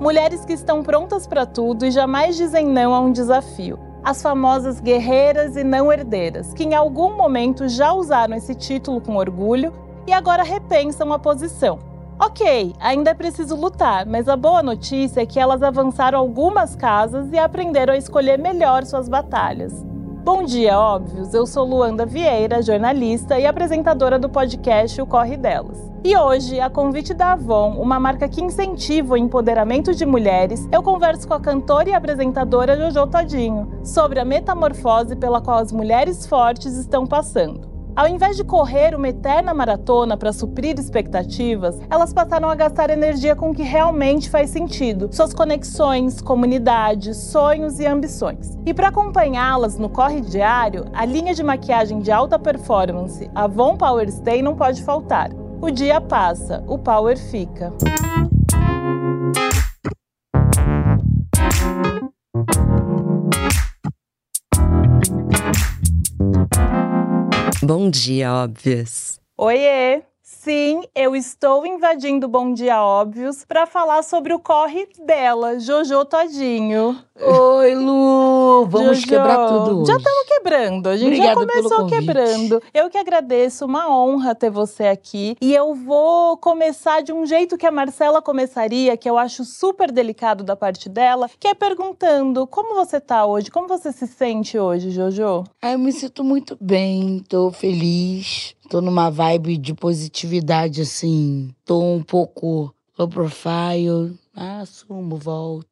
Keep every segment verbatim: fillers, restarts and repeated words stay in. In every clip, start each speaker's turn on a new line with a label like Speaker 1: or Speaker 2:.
Speaker 1: Mulheres que estão prontas para tudo e jamais dizem não a um desafio. As famosas guerreiras e não herdeiras, que em algum momento já usaram esse título com orgulho e agora repensam a posição. Ok, ainda é preciso lutar, mas a boa notícia é que elas avançaram algumas casas e aprenderam a escolher melhor suas batalhas. Bom dia, óbvios! Eu sou Luanda Vieira, jornalista e apresentadora do podcast O Corre Delas. E hoje, a convite da Avon, uma marca que incentiva o empoderamento de mulheres, eu converso com a cantora e apresentadora Jojo Todinho sobre a metamorfose pela qual as mulheres fortes estão passando. Ao invés de correr uma eterna maratona para suprir expectativas, elas passaram a gastar energia com o que realmente faz sentido, suas conexões, comunidades, sonhos e ambições. E para acompanhá-las no corre diário, a linha de maquiagem de alta performance Avon Power Stay não pode faltar. O dia passa, o power fica.
Speaker 2: Bom dia, óbvias!
Speaker 1: Oiê! Sim, eu estou invadindo Bom Dia Óbvios para falar sobre o corre dela, Jojo Todinho.
Speaker 3: Oi, Lu! Vamos
Speaker 1: Jojo,
Speaker 3: quebrar tudo hoje.
Speaker 1: Já estamos quebrando, a gente
Speaker 3: Obrigada
Speaker 1: já começou quebrando. Eu que agradeço, uma honra ter você aqui. E eu vou começar de um jeito que a Marcela começaria, que eu acho super delicado da parte dela, que é perguntando como você tá hoje, como você se sente hoje, Jojo?
Speaker 3: Ah, eu me sinto muito bem, tô feliz, tô numa vibe de positividade, assim. Tô um pouco low profile, ah, assumo, volto.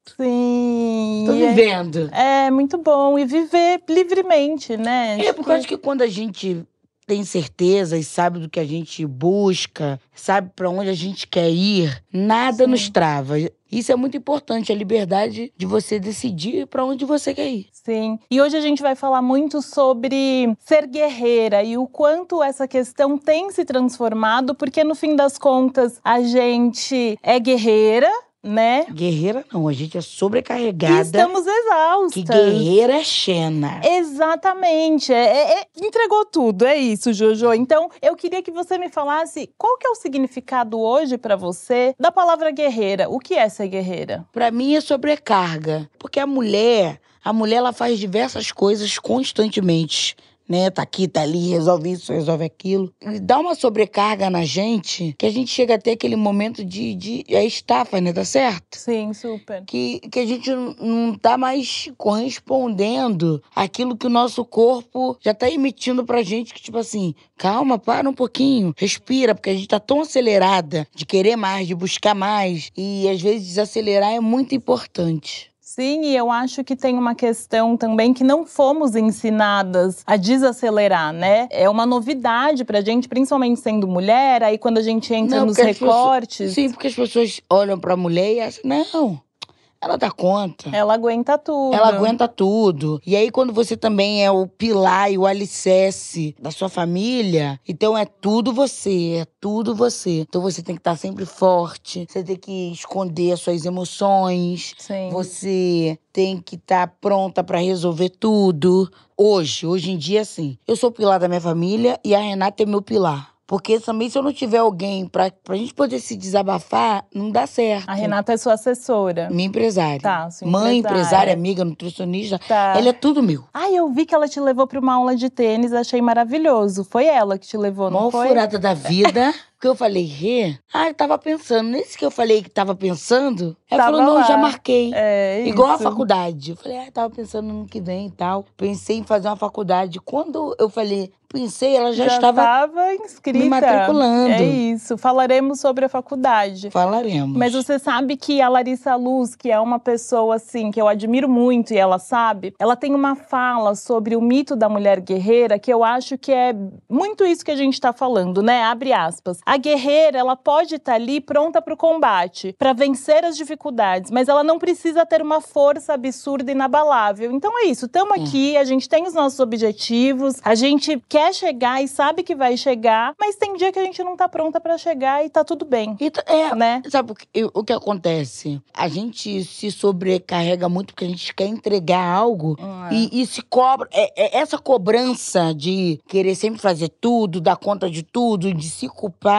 Speaker 1: Sim.
Speaker 3: Tô vivendo.
Speaker 1: É, é muito bom. E viver livremente, né?
Speaker 3: É, porque eu acho que quando a gente tem certeza e sabe do que a gente busca, sabe pra onde a gente quer ir, nada
Speaker 1: Sim.
Speaker 3: nos trava. Isso é muito importante, a liberdade de você decidir pra onde você quer ir.
Speaker 1: Sim. E hoje a gente vai falar muito sobre ser guerreira e o quanto essa questão tem se transformado, porque no fim das contas a gente é guerreira, né?
Speaker 3: Guerreira não, a gente é sobrecarregada.
Speaker 1: E estamos exaustas.
Speaker 3: Que guerreira é Xena.
Speaker 1: Exatamente. É, é, é, entregou tudo, é isso, Jojo. Então, eu queria que você me falasse qual que é o significado hoje pra você da palavra guerreira. O que é ser guerreira?
Speaker 3: Pra mim é sobrecarga. Porque a mulher, a mulher ela faz diversas coisas constantemente. Né? Tá aqui, tá ali, resolve isso, resolve aquilo. E dá uma sobrecarga na gente que a gente chega até aquele momento de, de é estafa, né? Tá certo?
Speaker 1: Sim, super.
Speaker 3: Que, que a gente não, não tá mais correspondendo àquilo que o nosso corpo já tá emitindo pra gente, que tipo assim, calma, para um pouquinho, respira, porque a gente tá tão acelerada de querer mais, de buscar mais, e às vezes desacelerar é muito importante.
Speaker 1: Sim, e eu acho que tem uma questão também que não fomos ensinadas a desacelerar, né? É uma novidade pra gente, principalmente sendo mulher, aí quando a gente entra
Speaker 3: Não,
Speaker 1: nos
Speaker 3: porque as
Speaker 1: recortes…
Speaker 3: pessoas- sim, porque as pessoas olham pra mulher e acham, não, ela dá conta.
Speaker 1: Ela aguenta tudo.
Speaker 3: Ela aguenta tudo. E aí, quando você também é o pilar e o alicerce da sua família, então é tudo você, é tudo você. Então você tem que estar sempre forte, você tem que esconder as suas emoções,
Speaker 1: Sim.
Speaker 3: você tem que estar pronta pra resolver tudo. Hoje, hoje em dia, assim, eu sou o pilar da minha família e a Renata é meu pilar. Porque também, se eu não tiver alguém pra, pra gente poder se desabafar, não dá certo.
Speaker 1: A Renata é sua assessora.
Speaker 3: Minha empresária.
Speaker 1: Tá, sua
Speaker 3: Mãe,
Speaker 1: empresária.
Speaker 3: empresária, amiga, nutricionista.
Speaker 1: Tá.
Speaker 3: Ela é tudo meu.
Speaker 1: Ai, eu vi que ela te levou pra uma aula de tênis, achei maravilhoso. Foi ela que te levou, não
Speaker 3: Mó
Speaker 1: foi?
Speaker 3: furada da vida. Porque eu falei, Rê? Ah, eu tava pensando. Nesse que eu falei que tava pensando, ela
Speaker 1: Tava
Speaker 3: falou, não,
Speaker 1: lá.
Speaker 3: já marquei.
Speaker 1: É,
Speaker 3: Igual a
Speaker 1: isso.
Speaker 3: faculdade. Eu falei, ah, tava pensando no ano que vem e tal. Pensei em fazer uma faculdade. Quando eu falei, pensei, ela já,
Speaker 1: Já
Speaker 3: estava
Speaker 1: estava inscrita.
Speaker 3: me matriculando.
Speaker 1: É isso, falaremos sobre a faculdade.
Speaker 3: Falaremos.
Speaker 1: Mas você sabe que a Larissa Luz, que é uma pessoa assim, que eu admiro muito e ela sabe, ela tem uma fala sobre o mito da mulher guerreira que eu acho que é muito isso que a gente tá falando, né? Abre aspas. A guerreira, ela pode estar ali pronta pro combate, para vencer as dificuldades, mas ela não precisa ter uma força absurda e inabalável. Então é isso, estamos
Speaker 3: É.
Speaker 1: aqui, a gente tem os nossos objetivos, a gente quer chegar e sabe que vai chegar, mas tem dia que a gente não tá pronta pra chegar e tá tudo bem.
Speaker 3: E t- é,
Speaker 1: Né?
Speaker 3: sabe o que, o que acontece? A gente se sobrecarrega muito porque a gente quer entregar algo
Speaker 1: Hum,
Speaker 3: e, e se cobra. É, é essa cobrança de querer sempre fazer tudo, dar conta de tudo, de se culpar.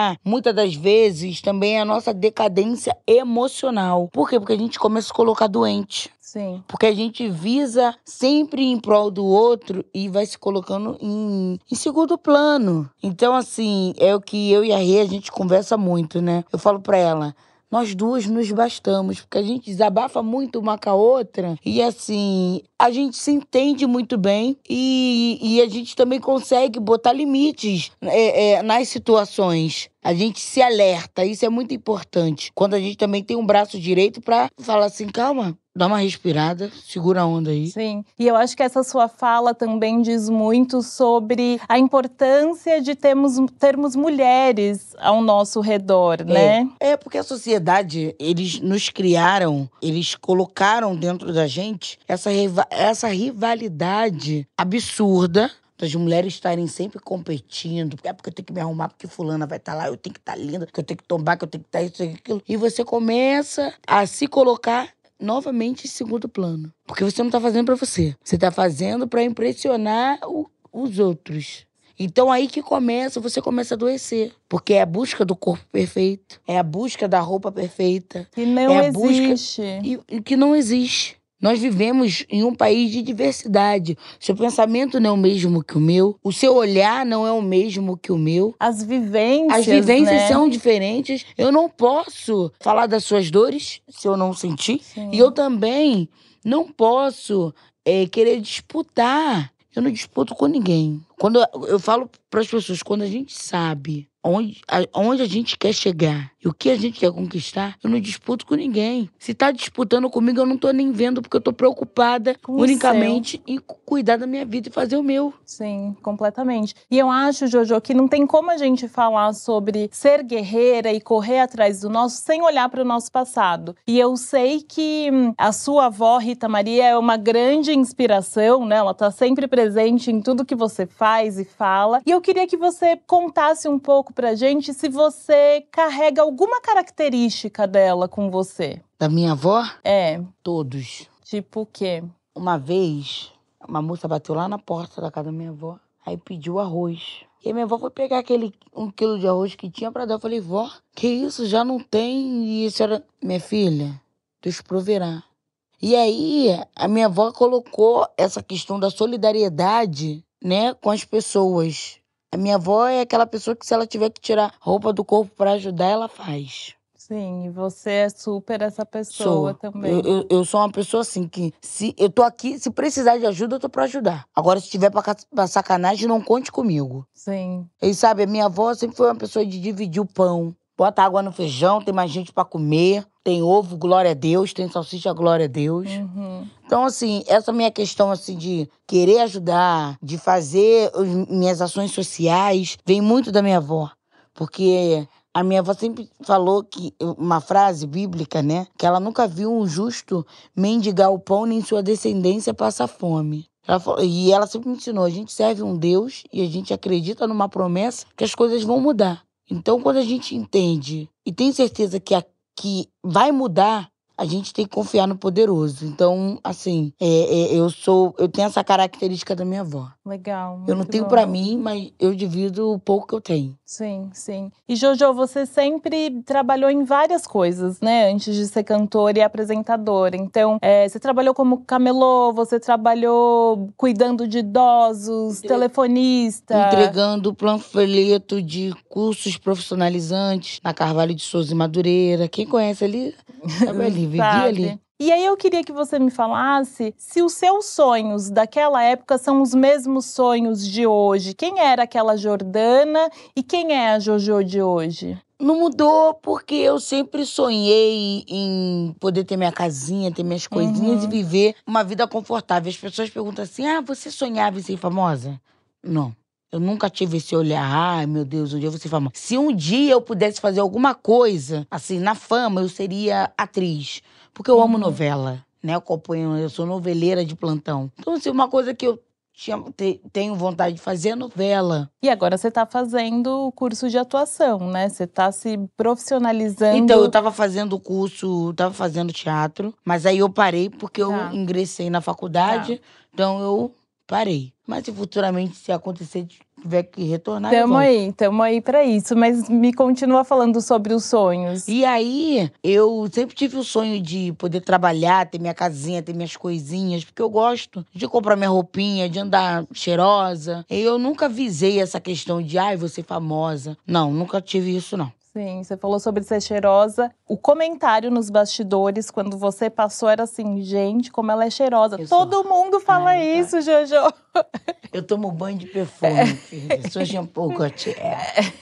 Speaker 3: colocar, muitas das vezes, também a nossa decadência emocional. Por quê? Porque a gente começa a se colocar doente.
Speaker 1: Sim.
Speaker 3: Porque a gente visa sempre em prol do outro e vai se colocando em, em segundo plano. Então, assim, é o que eu e a Rê, a gente conversa muito, né? Eu falo pra ela, nós duas nos bastamos, porque a gente desabafa muito uma com a outra. E, assim, a gente se entende muito bem e, e a gente também consegue botar limites é, é, nas situações. A gente se alerta, isso é muito importante. Quando a gente também tem um braço direito pra falar assim, calma, dá uma respirada, segura a onda aí.
Speaker 1: Sim, e eu acho que essa sua fala também diz muito sobre a importância de termos, termos mulheres ao nosso redor, né?
Speaker 3: É, é porque a sociedade, eles nos criaram, eles colocaram dentro da gente essa, riva- essa rivalidade absurda das mulheres estarem sempre competindo. É porque eu tenho que me arrumar, porque fulana vai estar lá, eu tenho que estar linda, que eu tenho que tombar, que eu tenho que estar isso, aquilo. E você começa a se colocar novamente em segundo plano. Porque você não tá fazendo pra você. Você tá fazendo pra impressionar o- os outros. Então aí que começa, você começa a adoecer. Porque é a busca do corpo perfeito. É a busca da roupa perfeita.
Speaker 1: Que não
Speaker 3: é a busca
Speaker 1: existe.
Speaker 3: E, e que não existe. Nós vivemos em um país de diversidade. Seu pensamento não é o mesmo que o meu. O seu olhar não é o mesmo que o meu.
Speaker 1: As vivências,
Speaker 3: As vivências
Speaker 1: né?
Speaker 3: são diferentes. Eu não posso falar das suas dores se eu não sentir.
Speaker 1: Sim.
Speaker 3: E eu também não posso é, querer disputar. Eu não disputo com ninguém. Quando eu, eu falo para as pessoas, quando a gente sabe onde a, onde a gente quer chegar e o que a gente quer conquistar, eu não disputo com ninguém. Se tá disputando comigo, eu não tô nem vendo, porque eu tô preocupada
Speaker 1: Com o
Speaker 3: unicamente em cu- cuidar da minha vida e fazer o meu.
Speaker 1: Sim, completamente. E eu acho, Jojo, que não tem como a gente falar sobre ser guerreira e correr atrás do nosso sem olhar para o nosso passado. E eu sei que hum, a sua avó, Rita Maria, é uma grande inspiração, né? Ela tá sempre presente em tudo que você faz e fala. E eu queria que você contasse um pouco pra gente se você carrega alguma característica dela com você.
Speaker 3: Da minha avó,
Speaker 1: É,
Speaker 3: todos.
Speaker 1: tipo o quê?
Speaker 3: Uma vez, uma moça bateu lá na porta da casa da minha avó, aí pediu arroz. E a minha avó foi pegar aquele um quilo de arroz que tinha pra dar. Eu falei, vó, que isso? Já não tem? E a senhora... Minha filha, Deus proverá. E aí, a minha avó colocou essa questão da solidariedade, né, com as pessoas. A minha avó é aquela pessoa que se ela tiver que tirar roupa do corpo pra ajudar, ela faz.
Speaker 1: Sim, e você é super essa pessoa
Speaker 3: Sou.
Speaker 1: também.
Speaker 3: Eu, eu, eu sou uma pessoa assim que, se eu tô aqui, se precisar de ajuda, eu tô pra ajudar. Agora, se tiver pra, ca- pra sacanagem, não conte comigo.
Speaker 1: Sim,
Speaker 3: E sabe, a minha avó sempre foi uma pessoa de dividir o pão. Bota água no feijão, tem mais gente pra comer. Tem ovo, glória a Deus. Tem salsicha, glória a Deus.
Speaker 1: uhum.
Speaker 3: Então, assim, essa minha questão, assim, de querer ajudar, de fazer os- minhas ações sociais, vem muito da minha avó. Porque a minha avó sempre falou que, uma frase bíblica, né? Que ela nunca viu um justo mendigar o pão, nem sua descendência passar fome. Ela falou- e ela sempre me ensinou, a gente serve um Deus e a gente acredita numa promessa que as coisas vão mudar. Então, quando a gente entende e tem certeza que, a, que vai mudar, a gente tem que confiar no poderoso. Então, assim, é, é, eu sou, eu tenho essa característica da minha avó.
Speaker 1: Legal.
Speaker 3: Eu não
Speaker 1: muito
Speaker 3: tenho
Speaker 1: bom.
Speaker 3: pra mim, mas eu divido o pouco que eu tenho.
Speaker 1: Sim, sim. E Jojo, você sempre trabalhou em várias coisas, né? Antes de ser cantora e apresentadora. Então, é, você trabalhou como camelô, você trabalhou cuidando de idosos,
Speaker 3: Entre-
Speaker 1: telefonista.
Speaker 3: Entregando panfleto de cursos profissionalizantes na Carvalho de Souza e Madureira. Quem conhece ali, sabe ali, vivi
Speaker 1: Sabe?
Speaker 3: ali.
Speaker 1: E aí eu queria que você me falasse se os seus sonhos daquela época são os mesmos sonhos de hoje. Quem era aquela Jordana e quem é a Jojo de hoje?
Speaker 3: Não mudou, porque eu sempre sonhei em poder ter minha casinha, ter minhas coisinhas
Speaker 1: Uhum.
Speaker 3: e viver uma vida confortável. As pessoas perguntam assim, ah, você sonhava em ser famosa? Não. Eu nunca tive esse olhar, ai meu Deus, um dia eu vou ser famosa. Se um dia eu pudesse fazer alguma coisa, assim, na fama, eu seria atriz. Porque eu amo
Speaker 1: Uhum.
Speaker 3: novela, né? Eu acompanho, eu sou noveleira de plantão. Então, assim, uma coisa que eu tinha, te- tenho vontade de fazer é novela.
Speaker 1: E agora você está fazendo o curso de atuação, né? Você está se profissionalizando.
Speaker 3: Então, eu tava fazendo o curso, tava fazendo teatro, mas aí eu parei porque eu
Speaker 1: Tá.
Speaker 3: ingressei na faculdade, então eu parei. Mas se futuramente, se acontecer, tiver que retornar, eu
Speaker 1: Tamo
Speaker 3: volto.
Speaker 1: aí, tamo aí pra isso. Mas me continua falando sobre os sonhos.
Speaker 3: E aí, eu sempre tive o sonho de poder trabalhar, ter minha casinha, ter minhas coisinhas, porque eu gosto de comprar minha roupinha, de andar cheirosa. E eu nunca visei essa questão de, ai, vou ser famosa. Não, nunca tive isso, não.
Speaker 1: Sim, você falou sobre ser cheirosa. O comentário nos bastidores, quando você passou, era assim, gente, como ela é cheirosa.
Speaker 3: Eu
Speaker 1: Todo
Speaker 3: sou.
Speaker 1: mundo fala
Speaker 3: Ai, tá.
Speaker 1: isso, Jojo.
Speaker 3: Eu tomo banho de perfume, filha. Sou Jean Paul Gaultier.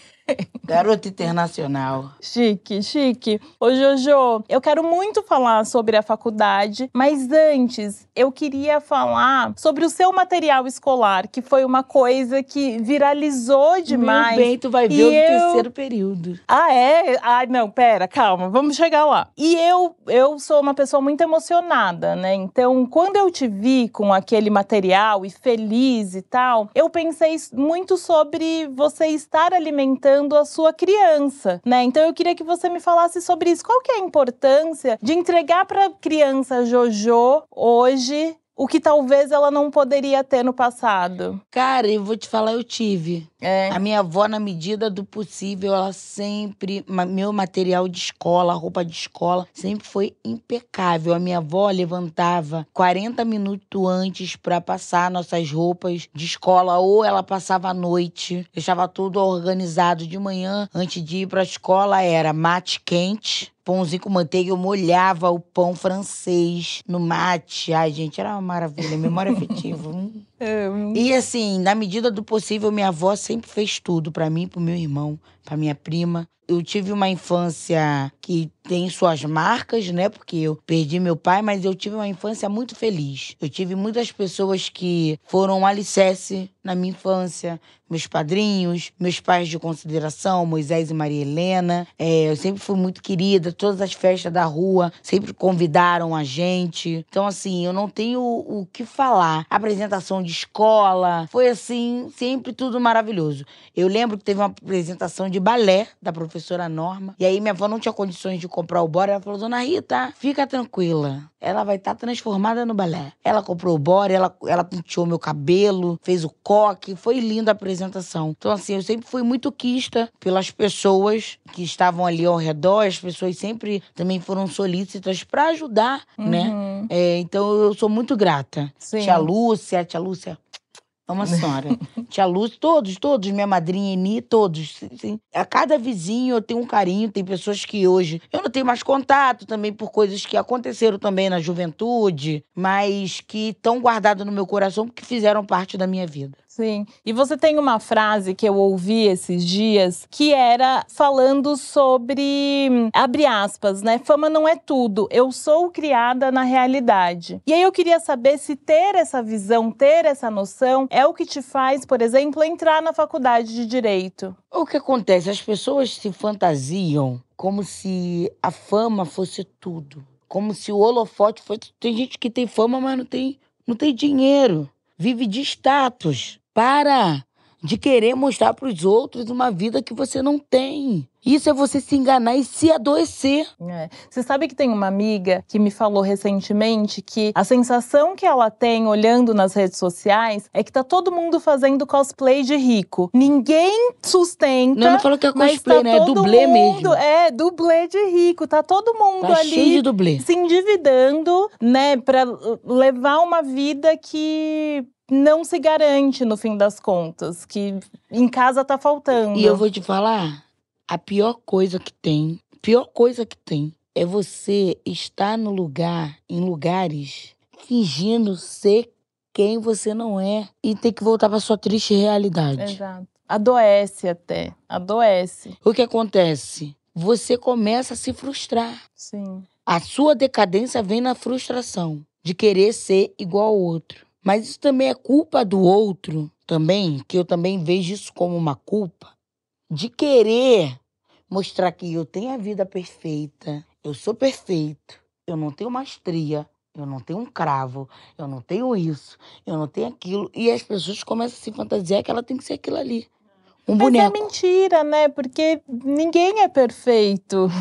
Speaker 3: Garota internacional.
Speaker 1: Chique, chique. Ô, Jojo, eu quero muito falar sobre a faculdade, mas antes eu queria falar sobre o seu material escolar, que foi uma coisa que viralizou demais.
Speaker 3: Meu bem, tu vai ver
Speaker 1: E
Speaker 3: o
Speaker 1: eu-
Speaker 3: terceiro período.
Speaker 1: Ah, é? Ai, não, pera, calma, vamos chegar lá. E eu, eu sou uma pessoa muito emocionada, né? Então, quando eu te vi com aquele material e feliz e tal, eu pensei muito sobre você estar alimentando a sua criança, né? Então, eu queria que você me falasse sobre isso. Qual que é a importância de entregar para a criança Jojo hoje o que talvez ela não poderia ter no passado?
Speaker 3: Cara, eu vou te falar, eu tive.
Speaker 1: É.
Speaker 3: A minha avó, na medida do possível, ela sempre... ma- Meu material de escola, roupa de escola, sempre foi impecável. A minha avó levantava quarenta minutos antes pra passar nossas roupas de escola. Ou ela passava à noite, deixava tudo organizado de manhã. Antes de ir pra escola, era mate quente, pãozinho com manteiga. Eu molhava o pão francês no mate. Ai, gente, era uma maravilha. Memória afetiva. hum.
Speaker 1: Hum.
Speaker 3: E assim, na medida do possível, minha avó sempre fez tudo pra mim, pro meu irmão, pra minha prima. Eu tive uma infância que tem suas marcas, né? Porque eu perdi meu pai, mas eu tive uma infância muito feliz. Eu tive muitas pessoas que foram um alicerce na minha infância. Meus padrinhos, meus pais de consideração, Moisés e Maria Helena. É, eu sempre fui muito querida. Todas as festas da rua sempre convidaram a gente. Então, assim, eu não tenho o que falar. Apresentação de escola, foi assim, sempre tudo maravilhoso. Eu lembro que teve uma apresentação de balé da professora Norma. E aí minha avó não tinha condições de comprar o bora. Ela falou, dona Rita, fica tranquila. Ela vai estar transformada no balé. Ela comprou o bora, ela, ela penteou meu cabelo, fez o coque. Foi linda a apresentação. Então, assim, eu sempre fui muito quista pelas pessoas que estavam ali ao redor. As pessoas sempre também foram solícitas pra ajudar, né?
Speaker 1: Uhum.
Speaker 3: É, então, eu sou muito grata.
Speaker 1: Sim.
Speaker 3: Tia Lúcia, tia Lúcia, amo a senhora. Tia Lúcia, todos, todos, minha madrinha Eni, todos. Sim. A cada vizinho eu tenho um carinho. Tem pessoas que hoje eu não tenho mais contato também por coisas que aconteceram também na juventude, mas que estão guardadas no meu coração porque fizeram parte da minha vida.
Speaker 1: Sim. E você tem uma frase que eu ouvi esses dias que era falando sobre, abre aspas, né? Fama não é tudo, eu sou criada na realidade. E aí eu queria saber se ter essa visão, ter essa noção é o que te faz, por exemplo, entrar na faculdade de Direito.
Speaker 3: O que acontece? As pessoas se fantasiam como se a fama fosse tudo. Como se o holofote fosse... Tem gente que tem fama, mas não tem, não tem dinheiro. Vive de status. Para de querer mostrar para os outros uma vida que você não tem. Isso é você se enganar e se adoecer.
Speaker 1: É. Você sabe que tem uma amiga que me falou recentemente que a sensação que ela tem olhando nas redes sociais é que tá todo mundo fazendo cosplay de rico. Ninguém sustenta.
Speaker 3: Não, não falou que é
Speaker 1: mas
Speaker 3: cosplay,
Speaker 1: tá
Speaker 3: né? É
Speaker 1: todo
Speaker 3: dublê
Speaker 1: mundo,
Speaker 3: mesmo.
Speaker 1: É, dublê de rico. Tá todo mundo
Speaker 3: Tá
Speaker 1: ali
Speaker 3: cheio de dublê.
Speaker 1: se endividando, né, pra levar uma vida que não se garante no fim das contas, que em casa tá faltando.
Speaker 3: E eu vou te falar, a pior coisa que tem, pior coisa que tem, é você estar no lugar, em lugares, fingindo ser quem você não é e ter que voltar pra sua triste realidade.
Speaker 1: Exato. Adoece até, adoece.
Speaker 3: O que acontece? Você começa a se frustrar.
Speaker 1: Sim.
Speaker 3: A sua decadência vem na frustração de querer ser igual ao outro. Mas isso também é culpa do outro, também, que eu também vejo isso como uma culpa, de querer mostrar que eu tenho a vida perfeita, eu sou perfeito, eu não tenho mastria, eu não tenho um cravo, eu não tenho isso, eu não tenho aquilo. E as pessoas começam a se fantasiar que ela tem que ser aquilo ali. Um
Speaker 1: Mas
Speaker 3: boneco.
Speaker 1: é mentira, né? Porque ninguém é perfeito.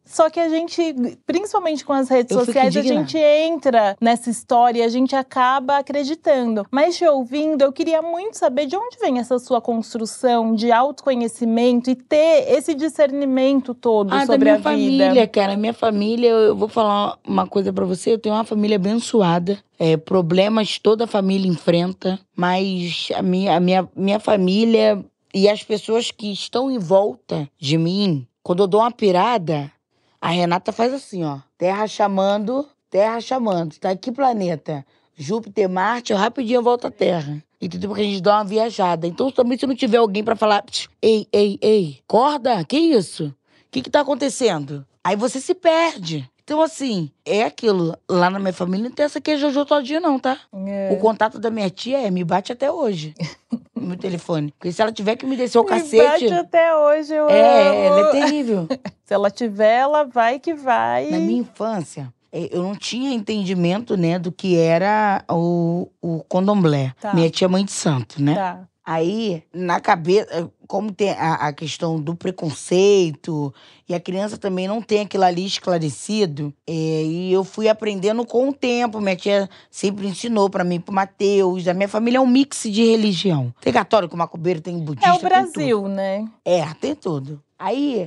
Speaker 1: Só que a gente, principalmente com as redes
Speaker 3: Eu fico
Speaker 1: sociais, a
Speaker 3: indignada.
Speaker 1: gente entra nessa história e a gente acaba acreditando. Mas te ouvindo, eu queria muito saber de onde vem essa sua construção de autoconhecimento e ter esse discernimento todo
Speaker 3: Ah, da
Speaker 1: sobre
Speaker 3: minha
Speaker 1: a vida.
Speaker 3: família, cara. Minha família, eu vou falar uma coisa pra você. Eu tenho uma família abençoada. É, problemas toda a família enfrenta. Mas a minha, a minha, minha família e as pessoas que estão em volta de mim, quando eu dou uma pirada, a Renata faz assim, ó. Terra chamando, terra chamando. Tá aqui planeta. Júpiter, Marte, eu rapidinho volto à Terra. Entendeu? Porque a gente dá uma viajada. Então, também se não tiver alguém pra falar, "Psh, ei, ei, ei, acorda, que isso? O que que tá acontecendo?" Aí você se perde. Então, assim, é aquilo. Lá na minha família não tem essa que é Jojo todinho, não, tá?
Speaker 1: É.
Speaker 3: O contato da minha tia é, me bate até hoje. No meu telefone. Porque se ela tiver que me descer o
Speaker 1: Me
Speaker 3: cacete.
Speaker 1: bate até hoje, eu
Speaker 3: É,
Speaker 1: amo.
Speaker 3: ela é terrível.
Speaker 1: Se ela tiver, ela vai que vai.
Speaker 3: Na minha infância, eh, eu não tinha entendimento, né, do que era o, o candomblé.
Speaker 1: Tá.
Speaker 3: Minha tia mãe de santo, né?
Speaker 1: Tá.
Speaker 3: Aí, na cabeça, como tem a, a questão do preconceito, e a criança também não tem aquilo ali esclarecido, é, e eu fui aprendendo com o tempo. Minha tia sempre ensinou pra mim, pro Mateus. A minha família é um mix de religião. Tem católico, macumbeiro, tem budista,
Speaker 1: É o
Speaker 3: tem tudo.
Speaker 1: Brasil, né?
Speaker 3: É, tem tudo. Aí,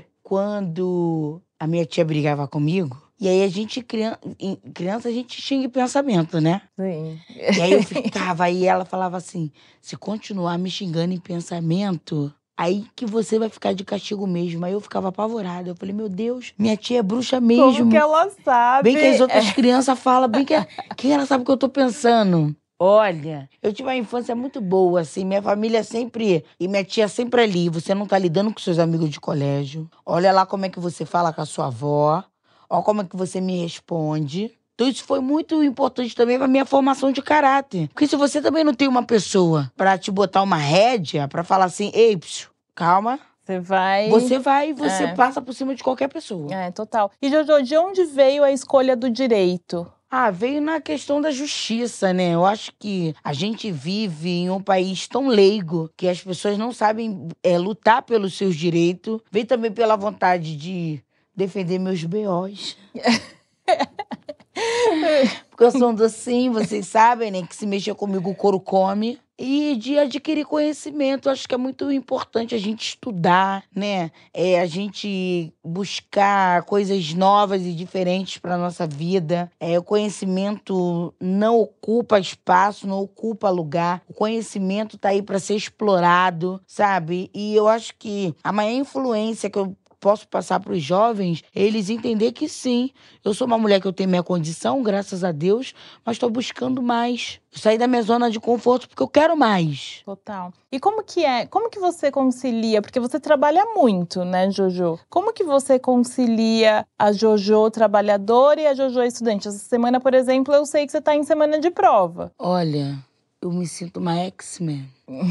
Speaker 3: quando a minha tia brigava comigo, e aí a gente, criança, criança a gente xinga pensamento, né?
Speaker 1: Sim.
Speaker 3: E aí eu ficava, aí ela falava assim, se continuar me xingando em pensamento, aí que você vai ficar de castigo mesmo. Aí eu ficava apavorada. Eu falei, meu Deus, minha tia é bruxa mesmo.
Speaker 1: Como que ela sabe?
Speaker 3: Bem que as outras crianças falam, bem que, que ela sabe o que eu tô pensando. Olha, eu tive uma infância muito boa, assim, minha família sempre, e minha tia sempre ali, você não tá lidando com seus amigos de colégio, olha lá como é que você fala com a sua avó, olha como é que você me responde. Então isso foi muito importante também pra minha formação de caráter. Porque se você também não tem uma pessoa pra te botar uma rédea, pra falar assim, ei, psiu, calma,
Speaker 1: Você vai...
Speaker 3: você vai e você
Speaker 1: É.
Speaker 3: passa por cima de qualquer pessoa.
Speaker 1: É, total. E, Jojo, de onde veio a escolha do direito?
Speaker 3: Ah, veio na questão da justiça, né? Eu acho que a gente vive em um país tão leigo que as pessoas não sabem é, lutar pelos seus direitos. Veio também pela vontade de defender meus B Os. Porque eu sou um docinho, vocês sabem, né? Que se mexer comigo o couro come. E de adquirir conhecimento. Eu acho que é muito importante a gente estudar, né? É, a gente buscar coisas novas e diferentes para nossa vida. É, o conhecimento não ocupa espaço, não ocupa lugar. O conhecimento tá aí para ser explorado, sabe? E eu acho que a maior influência que eu posso passar para os jovens, eles entender que sim, eu sou uma mulher que eu tenho minha condição, graças a Deus, mas estou buscando mais. Sair da minha zona de conforto porque eu quero mais.
Speaker 1: Total. E como que é? Como que você concilia? Porque você trabalha muito, né, Jojo? Como que você concilia a Jojo trabalhadora e a Jojo estudante? Essa semana, por exemplo, eu sei que você está em semana de prova.
Speaker 3: Olha, eu me sinto uma X-Men.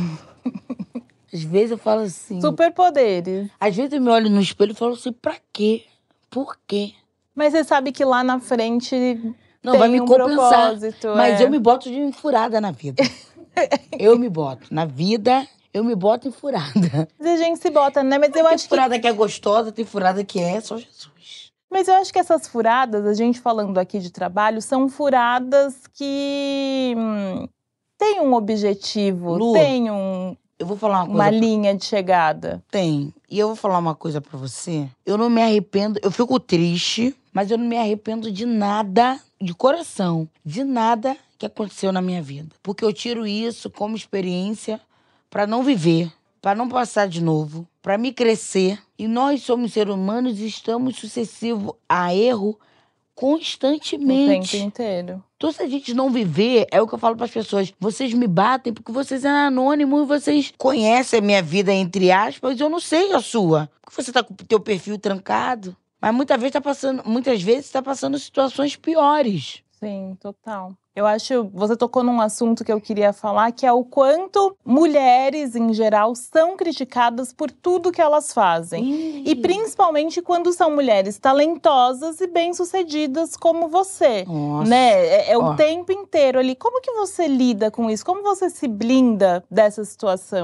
Speaker 3: Às vezes eu falo assim...
Speaker 1: Superpoderes.
Speaker 3: Às vezes eu me olho no espelho e falo assim, pra quê? Por quê?
Speaker 1: Mas você sabe que lá na frente
Speaker 3: Não,
Speaker 1: tem
Speaker 3: vai me
Speaker 1: um
Speaker 3: compensar.
Speaker 1: propósito.
Speaker 3: Mas
Speaker 1: é.
Speaker 3: eu me boto de furada na vida. Eu me boto. Na vida, eu me boto em furada.
Speaker 1: Mas a gente se bota, né? Mas eu
Speaker 3: Tem
Speaker 1: acho que...
Speaker 3: furada que é gostosa, tem furada que é só Jesus.
Speaker 1: Mas eu acho que essas furadas, a gente falando aqui de trabalho, são furadas que hum, têm um objetivo,
Speaker 3: Lu,
Speaker 1: têm um...
Speaker 3: Eu vou falar uma coisa.
Speaker 1: Uma
Speaker 3: pra...
Speaker 1: linha de chegada.
Speaker 3: Tem. E eu vou falar uma coisa pra você. Eu não me arrependo, eu fico triste, mas eu não me arrependo de nada, de coração, de nada que aconteceu na minha vida. Porque eu tiro isso como experiência pra não viver, pra não passar de novo, pra me crescer. E nós somos seres humanos e estamos sucessivos a erro constantemente.
Speaker 1: O tempo inteiro.
Speaker 3: Então, se a gente não viver, é o que eu falo para as pessoas. Vocês me batem porque vocês são anônimos e vocês conhecem a minha vida, entre aspas, e eu não sei a sua. Porque você tá com o teu perfil trancado. Mas muitas vezes tá passando, muitas vezes tá passando situações piores.
Speaker 1: Sim, total. Eu acho, você tocou num assunto que eu queria falar, que é o quanto mulheres, em geral, são criticadas por tudo que elas fazem.
Speaker 3: Ih.
Speaker 1: E principalmente quando são mulheres talentosas e bem-sucedidas como você.
Speaker 3: Nossa.
Speaker 1: Né? É, é o
Speaker 3: Ó.
Speaker 1: tempo inteiro ali. Como que você lida com isso? Como você se blinda dessa situação?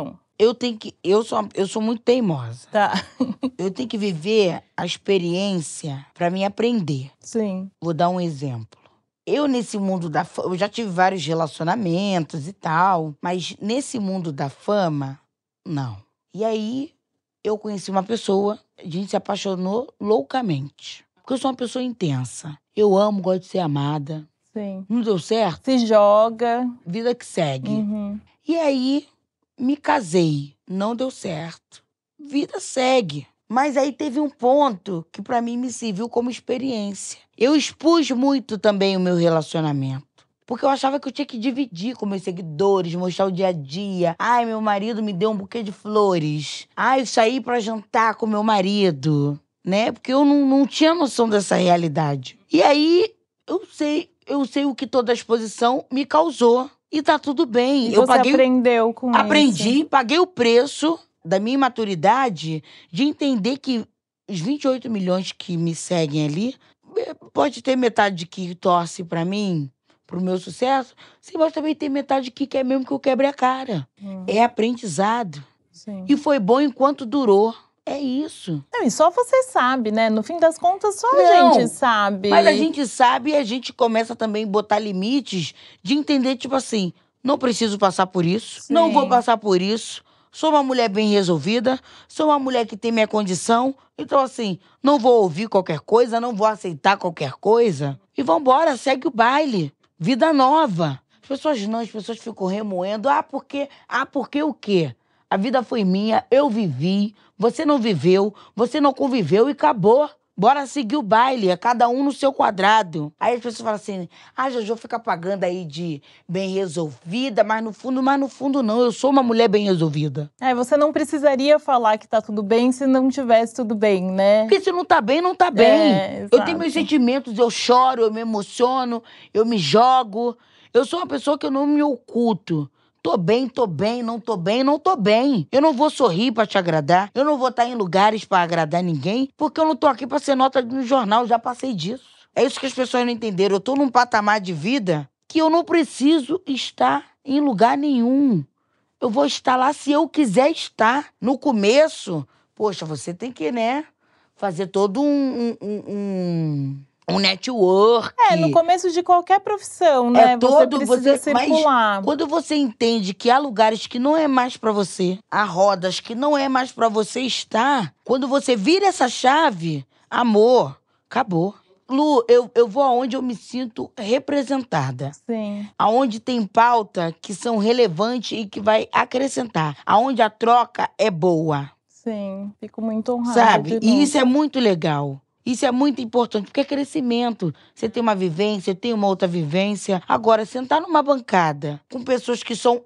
Speaker 3: eu tenho que... Eu sou, eu sou muito teimosa.
Speaker 1: Tá.
Speaker 3: Eu tenho que viver a experiência pra mim aprender.
Speaker 1: Sim.
Speaker 3: Vou dar um exemplo. Eu, nesse mundo da fama... Eu já tive vários relacionamentos e tal. Mas nesse mundo da fama, não. E aí, eu conheci uma pessoa... A gente se apaixonou loucamente. Porque eu sou uma pessoa intensa. Eu amo, gosto de ser amada.
Speaker 1: Sim.
Speaker 3: Não deu certo?
Speaker 1: Se joga.
Speaker 3: Vida que segue.
Speaker 1: Uhum.
Speaker 3: E aí, me casei. Não deu certo. Vida segue. Mas aí teve um ponto que pra mim me serviu como experiência. Eu expus muito também o meu relacionamento. Porque eu achava que eu tinha que dividir com meus seguidores, mostrar o dia a dia. Ai, meu marido me deu um buquê de flores. Ai, eu saí pra jantar com meu marido. Né? Porque eu não, não tinha noção dessa realidade. E aí, eu sei, eu sei o que toda a exposição me causou. E tá tudo bem.
Speaker 1: E
Speaker 3: eu
Speaker 1: você
Speaker 3: paguei,
Speaker 1: aprendeu com
Speaker 3: aprendi,
Speaker 1: isso.
Speaker 3: paguei o preço da minha maturidade de entender que os vinte e oito milhões que me seguem ali, pode ter metade que torce pra mim, pro meu sucesso, sim, mas também tem metade que quer mesmo que eu quebre a cara.
Speaker 1: Hum.
Speaker 3: É aprendizado.
Speaker 1: Sim.
Speaker 3: E foi bom enquanto durou. É isso.
Speaker 1: Não, e só você sabe, né? No fim das contas, só
Speaker 3: Não,
Speaker 1: a gente sabe.
Speaker 3: Mas a gente sabe e a gente começa também a botar limites de entender, tipo assim, não preciso passar por isso,
Speaker 1: Sim.
Speaker 3: não vou passar por isso, sou uma mulher bem resolvida, sou uma mulher que tem minha condição, então assim, não vou ouvir qualquer coisa, não vou aceitar qualquer coisa. E vambora, segue o baile. Vida nova. As pessoas não, as pessoas ficam remoendo. Ah, porque, ah, porque o quê? A vida foi minha, eu vivi, você não viveu, você não conviveu e acabou. Bora seguir o baile, é cada um no seu quadrado. Aí as pessoas falam assim, ah, Jojo fica pagando aí de bem resolvida, mas no fundo, mas no fundo não, eu sou uma mulher bem resolvida.
Speaker 1: É, você não precisaria falar que tá tudo bem se não tivesse tudo bem, né?
Speaker 3: Porque se não tá bem, não tá bem.
Speaker 1: É,
Speaker 3: eu tenho meus sentimentos, eu choro, eu me emociono, eu me jogo. Eu sou uma pessoa que eu não me oculto. Tô bem, tô bem, não tô bem, não tô bem. Eu não vou sorrir pra te agradar. Eu não vou estar em lugares pra agradar ninguém, porque eu não tô aqui pra ser nota no jornal, já passei disso. É isso que as pessoas não entenderam. Eu tô num patamar de vida que eu não preciso estar em lugar nenhum. Eu vou estar lá se eu quiser estar. No começo, poxa, você tem que, né, fazer todo um... um, um... um network.
Speaker 1: É, no começo de qualquer profissão, né?
Speaker 3: É todo,
Speaker 1: você precisa
Speaker 3: você,
Speaker 1: circular.
Speaker 3: Mas quando você entende que há lugares que não é mais pra você, há rodas que não é mais pra você estar, quando você vira essa chave, amor, acabou. Lu, eu, eu vou aonde eu me sinto representada.
Speaker 1: Sim.
Speaker 3: Aonde tem pauta que são relevantes e que vai acrescentar. Aonde a troca é boa.
Speaker 1: Sim, fico muito honrada.
Speaker 3: Sabe? E isso é muito legal. Isso é muito importante, porque é crescimento. Você tem uma vivência, tem uma outra vivência. Agora, sentar numa bancada com pessoas que são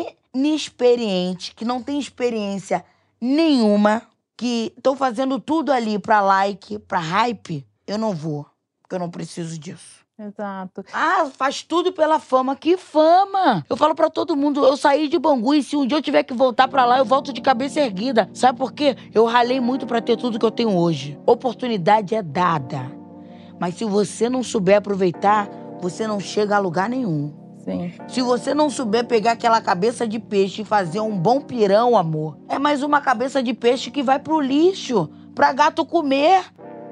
Speaker 3: inexperientes, que não têm experiência nenhuma, que estão fazendo tudo ali pra like, pra hype, eu não vou, porque eu não preciso disso.
Speaker 1: Exato.
Speaker 3: Ah, faz tudo pela fama. Que fama? Eu falo pra todo mundo, eu saí de Bangu e se um dia eu tiver que voltar pra lá, eu volto de cabeça erguida. Sabe por quê? Eu ralei muito pra ter tudo que eu tenho hoje. Oportunidade é dada. Mas se você não souber aproveitar, você não chega a lugar nenhum.
Speaker 1: Sim.
Speaker 3: Se você não souber pegar aquela cabeça de peixe e fazer um bom pirão, amor, é mais uma cabeça de peixe que vai pro lixo, pra gato comer.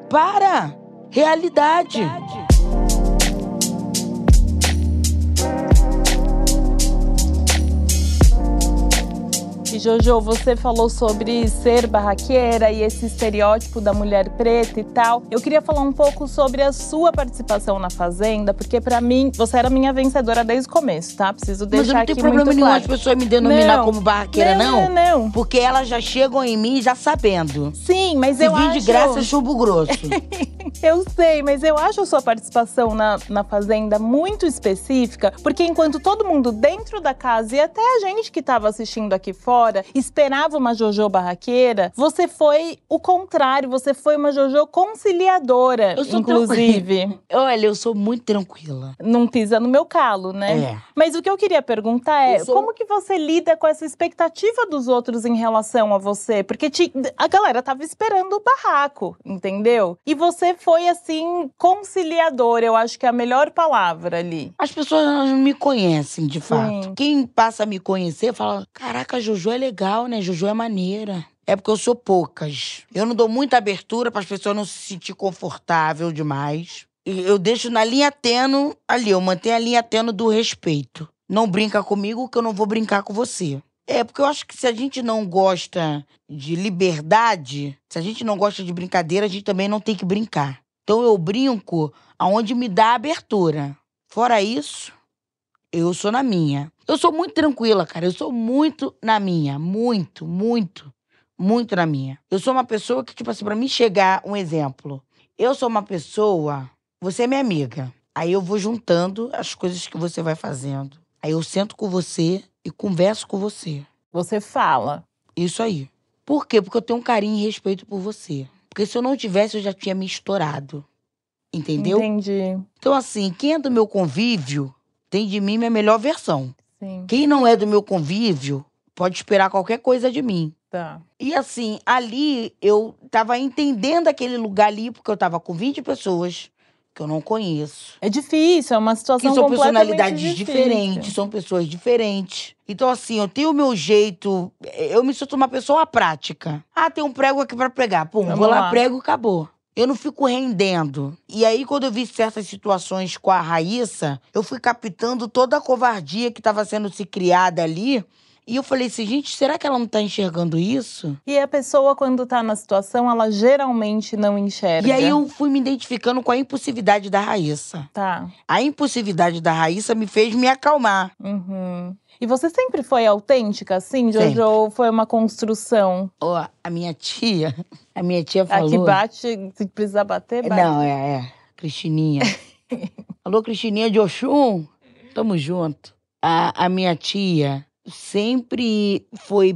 Speaker 3: Para! Realidade. Realidade.
Speaker 1: E Jojo, você falou sobre ser barraqueira e esse estereótipo da mulher preta e tal. Eu queria falar um pouco sobre a sua participação na Fazenda, porque pra mim, você era minha vencedora desde o começo, tá? Preciso deixar aqui muito claro.
Speaker 3: Mas não tem problema nenhum as pessoas me denominar
Speaker 1: não,
Speaker 3: como barraqueira, não?
Speaker 1: Não, não, não.
Speaker 3: Porque elas já chegam em mim já sabendo.
Speaker 1: Sim, mas
Speaker 3: Se
Speaker 1: eu
Speaker 3: vir
Speaker 1: acho...
Speaker 3: de graça, chumbo grosso.
Speaker 1: Eu sei, mas eu acho a sua participação na, na Fazenda muito específica, porque enquanto todo mundo dentro da casa e até a gente que tava assistindo aqui fora esperava uma Jojo barraqueira, você foi o contrário, você foi uma Jojo conciliadora,
Speaker 3: Eu sou
Speaker 1: inclusive.
Speaker 3: Olha, eu sou muito tranquila.
Speaker 1: Não pisa no meu calo, né?
Speaker 3: É.
Speaker 1: Mas o que eu queria perguntar é,
Speaker 3: sou...
Speaker 1: como que você lida com essa expectativa dos outros em relação a você? Porque te, a galera tava esperando o barraco, entendeu? E você foi, assim, conciliador. Eu acho que é a melhor palavra ali.
Speaker 3: As pessoas elas não me conhecem, de fato.
Speaker 1: Sim.
Speaker 3: Quem passa a me conhecer fala, caraca, a Jojo é legal, né? Jojo é maneira. É porque eu sou poucas. Eu não dou muita abertura para as pessoas não se sentir confortável demais. E eu deixo na linha tênue ali, eu mantenho a linha tênue do respeito. Não brinca comigo que eu não vou brincar com você. É, porque eu acho que se a gente não gosta de liberdade, se a gente não gosta de brincadeira, a gente também não tem que brincar. Então eu brinco aonde me dá abertura. Fora isso, eu sou na minha. Eu sou muito tranquila, cara. Eu sou muito na minha. Muito, muito, muito na minha. Eu sou uma pessoa que, tipo assim, pra mim chegar, um exemplo. Eu sou uma pessoa... Você é minha amiga. Aí eu vou juntando as coisas que você vai fazendo. Aí eu sento com você e converso com você.
Speaker 1: Você fala.
Speaker 3: Isso aí. Por quê? Porque eu tenho um carinho e respeito por você. Porque se eu não tivesse, eu já tinha me estourado. Entendeu?
Speaker 1: Entendi.
Speaker 3: Então, assim, quem é do meu convívio tem de mim minha melhor versão.
Speaker 1: Sim.
Speaker 3: Quem não é do meu convívio pode esperar qualquer coisa de mim.
Speaker 1: Tá.
Speaker 3: E assim, ali eu tava entendendo aquele lugar ali, porque eu tava com vinte pessoas que eu não conheço.
Speaker 1: É difícil, é uma
Speaker 3: Que
Speaker 1: situação
Speaker 3: são
Speaker 1: completamente
Speaker 3: personalidades
Speaker 1: difícil.
Speaker 3: diferentes, são pessoas diferentes. Então, assim, eu tenho o meu jeito, eu me sinto uma pessoa prática. Ah, tem um prego aqui pra pregar. Pum,
Speaker 1: Vamos
Speaker 3: vou lá,
Speaker 1: lá.
Speaker 3: prego, acabou. Eu não fico rendendo. E aí, quando eu vi certas situações com a Raíssa, eu fui captando toda a covardia que estava sendo se criada ali. E eu falei assim, gente, será que ela não tá enxergando isso?
Speaker 1: E a pessoa, quando tá na situação, ela geralmente não enxerga.
Speaker 3: E aí eu fui me identificando com a impulsividade da Raíssa.
Speaker 1: Tá.
Speaker 3: A impulsividade da Raíssa me fez me acalmar.
Speaker 1: Uhum. E você sempre foi autêntica, assim, Jojo?
Speaker 3: Sempre.
Speaker 1: Ou foi uma construção?
Speaker 3: Ó, a minha tia, a minha tia falou...
Speaker 1: Aqui bate, se precisar bater, bate.
Speaker 3: Não, é, é. Cristininha. Alô, Cristininha de Oxum? Tamo junto. A, a minha tia sempre foi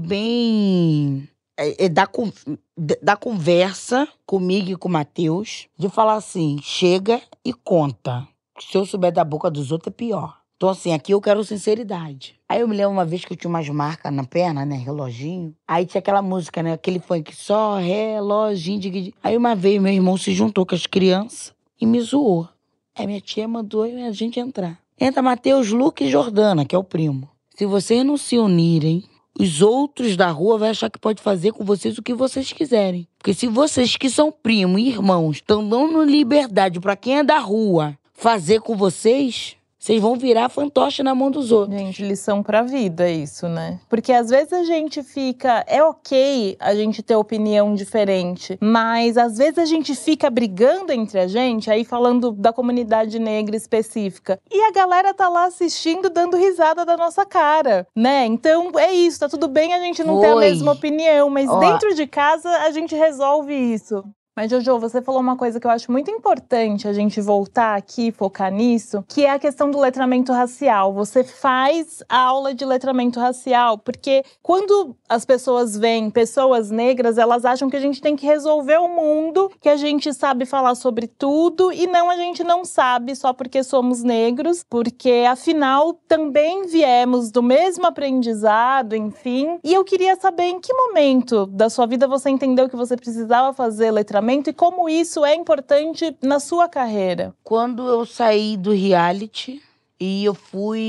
Speaker 3: bem... É, é da, con- da conversa comigo e com o Matheus, de falar assim, chega e conta. Se eu souber da boca dos outros, é pior. Então, assim, aqui eu quero sinceridade. Aí eu me lembro uma vez que eu tinha umas marcas na perna, né, reloginho. Aí tinha aquela música, né, aquele funk, só reloginho. De... Aí uma vez meu irmão se juntou com as crianças e me zoou. Aí minha tia mandou a gente entrar. Entra Matheus, Luca e Jordana, que é o primo. Se vocês não se unirem, os outros da rua vão achar que pode fazer com vocês o que vocês quiserem. Porque se vocês que são primo e irmãos estão dando liberdade pra quem é da rua fazer com vocês, vocês vão virar fantoche na mão dos outros.
Speaker 1: Gente, lição pra vida isso, né? Porque às vezes a gente fica... É ok a gente ter opinião diferente, mas às vezes a gente fica brigando entre a gente, aí falando da comunidade negra específica, e a galera tá lá assistindo, dando risada da nossa cara, né? Então é isso, tá tudo bem a gente não ter a
Speaker 3: Foi.
Speaker 1: mesma opinião, mas
Speaker 3: Ó.
Speaker 1: dentro de casa a gente resolve isso. Mas, Jojo, você falou uma coisa que eu acho muito importante a gente voltar aqui e focar nisso, que é a questão do letramento racial. Você faz a aula de letramento racial, porque quando as pessoas veem pessoas negras, elas acham que a gente tem que resolver o mundo, que a gente sabe falar sobre tudo, e não, a gente não sabe só porque somos negros, porque, afinal, também viemos do mesmo aprendizado, enfim. E eu queria saber em que momento da sua vida você entendeu que você precisava fazer letramento e como isso é importante na sua carreira.
Speaker 3: Quando eu saí do reality e eu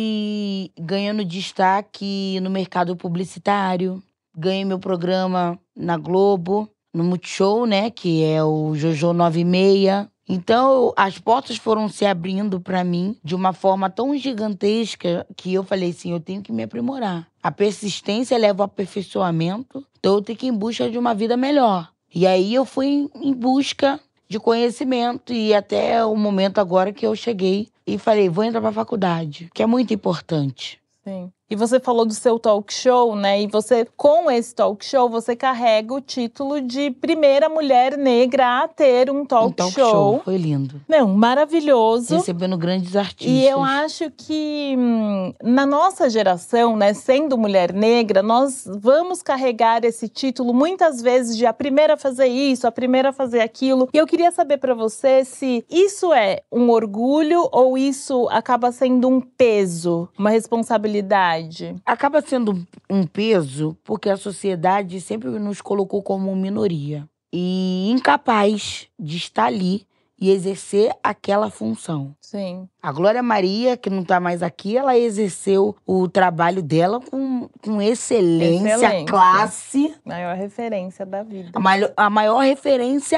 Speaker 3: fui ganhando destaque no mercado publicitário, ganhei meu programa na Globo, no Multishow, né, que é o Jojo nove e meia. Então, as portas foram se abrindo para mim de uma forma tão gigantesca que eu falei assim, eu tenho que me aprimorar. A persistência leva ao aperfeiçoamento, então eu tenho que ir em busca de uma vida melhor. E aí eu fui em busca de conhecimento e até o momento agora que eu cheguei e falei, vou entrar para a faculdade, que é muito importante.
Speaker 1: Sim. E você falou do seu talk show, né? E você, com esse talk show, você carrega o título de primeira mulher negra a ter um talk,
Speaker 3: um talk
Speaker 1: show.
Speaker 3: show. Foi lindo.
Speaker 1: Não, maravilhoso.
Speaker 3: Recebendo grandes artistas.
Speaker 1: E eu acho que hum, na nossa geração, né, sendo mulher negra, nós vamos carregar esse título muitas vezes de a primeira a fazer isso, a primeira a fazer aquilo. E eu queria saber pra você se isso é um orgulho ou isso acaba sendo um peso, uma responsabilidade.
Speaker 3: Acaba sendo um peso porque a sociedade sempre nos colocou como minoria e incapaz de estar ali e exercer aquela função.
Speaker 1: Sim.
Speaker 3: A Glória Maria, que não tá mais aqui, ela exerceu o trabalho dela com, com excelência,
Speaker 1: Excelência.
Speaker 3: classe.
Speaker 1: Maior referência da vida.
Speaker 3: A maior, a maior referência